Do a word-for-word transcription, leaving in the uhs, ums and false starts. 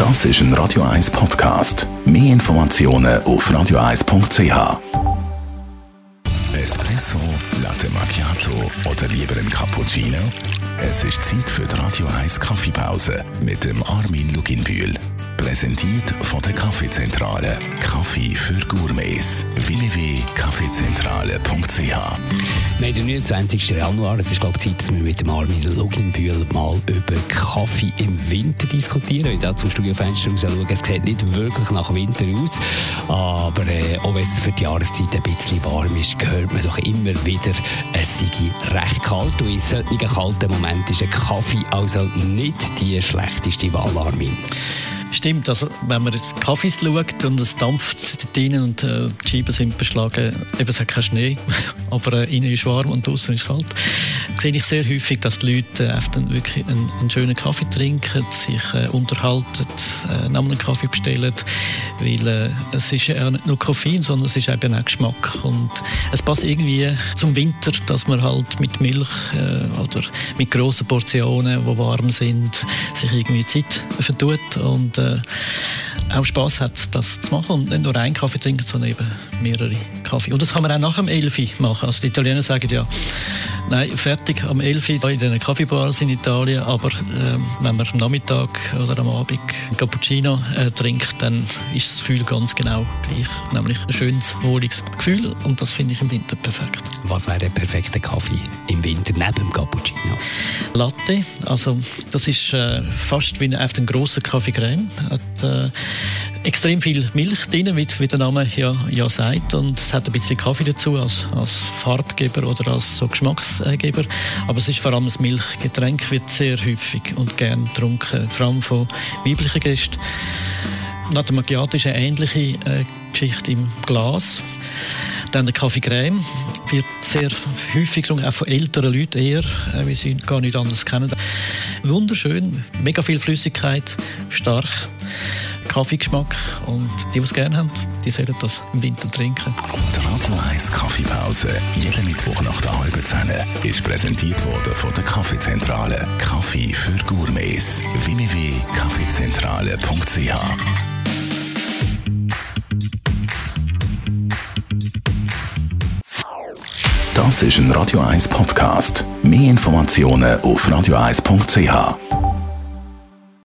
Das ist ein Radio eins Podcast. Mehr Informationen auf radio eins punkt c h. Espresso, Latte Macchiato oder lieber ein Cappuccino? Es ist Zeit für die Radio eins Kaffeepause mit dem Armin Luginbühl. Präsentiert von der Kaffeezentrale. Kaffee für Gourmets. w w w punkt kaffeezentrale punkt c h. Wir haben den neunundzwanzigsten Januar. Es ist, glaube ich, Zeit, dass wir mit dem Armin Luginbühl mal über Kaffee im Winter diskutieren. Wenn ich da zum Studiofenster raus schaue, es sieht nicht wirklich nach Winter aus. Aber äh, auch wenn es für die Jahreszeit ein bisschen warm ist, hört man doch immer wieder, es sei recht kalt. Und in solchen kalten Momenten ist ein Kaffee also nicht die schlechteste Wahl, Armin. Stimmt, also wenn man in die Kaffees schaut und es dampft dort drinnen und äh, die Scheiben sind beschlagen, eben es hat keinen Schnee, aber äh, innen ist warm und draußen ist kalt, sehe ich sehr häufig, dass die Leute äh, dann wirklich einen, einen schönen Kaffee trinken, sich äh, unterhalten, äh, nach einem Kaffee bestellen, weil äh, es ist ja nicht nur Koffein, sondern es ist eben auch Geschmack und es passt irgendwie zum Winter, dass man halt mit Milch äh, oder mit grossen Portionen, die warm sind, sich irgendwie Zeit vertut und äh, auch Spass hat, das zu machen und nicht nur einen Kaffee trinken, sondern eben mehrere Kaffee. Und das kann man auch nach dem elf machen. Also die Italiener sagen ja, nein, fertig am elf in den Kaffeebars in Italien, aber äh, wenn man am Nachmittag oder am Abend einen Cappuccino äh, trinkt, dann ist das Gefühl ganz genau gleich, nämlich ein schönes, wohliges Gefühl und das finde ich im Winter perfekt. Was wäre der perfekte Kaffee im Winter neben dem Cappuccino? Latte, also das ist äh, fast wie auf den grossen Kaffee Crème. Hat äh, extrem viel Milch drin, wie, wie der Name ja, ja sagt, und es hat ein bisschen Kaffee dazu als, als Farbgeber oder als so Geschmacksgeber, aber es ist vor allem ein Milchgetränk, wird sehr häufig und gern getrunken, vor allem von weiblichen Gästen. Latte Macchiato ist eine ähnliche äh, Geschichte im Glas. Dann der Kaffee Crème wird sehr häufig getrunken, auch von älteren Leuten eher, äh, weil sie gar nicht anders kennen. Wunderschön, mega viel Flüssigkeit, stark, Kaffeegeschmack und die, die es gerne haben, die sollen das im Winter trinken. Die Radio eins Kaffeepause, jeden Mittwoch nach der halben Zehn, ist präsentiert worden von der Kaffeezentrale. Kaffee für Gourmets. w w w punkt kaffeezentrale punkt c h. Das ist ein Radio eins Podcast. Mehr Informationen auf radio eins punkt c h.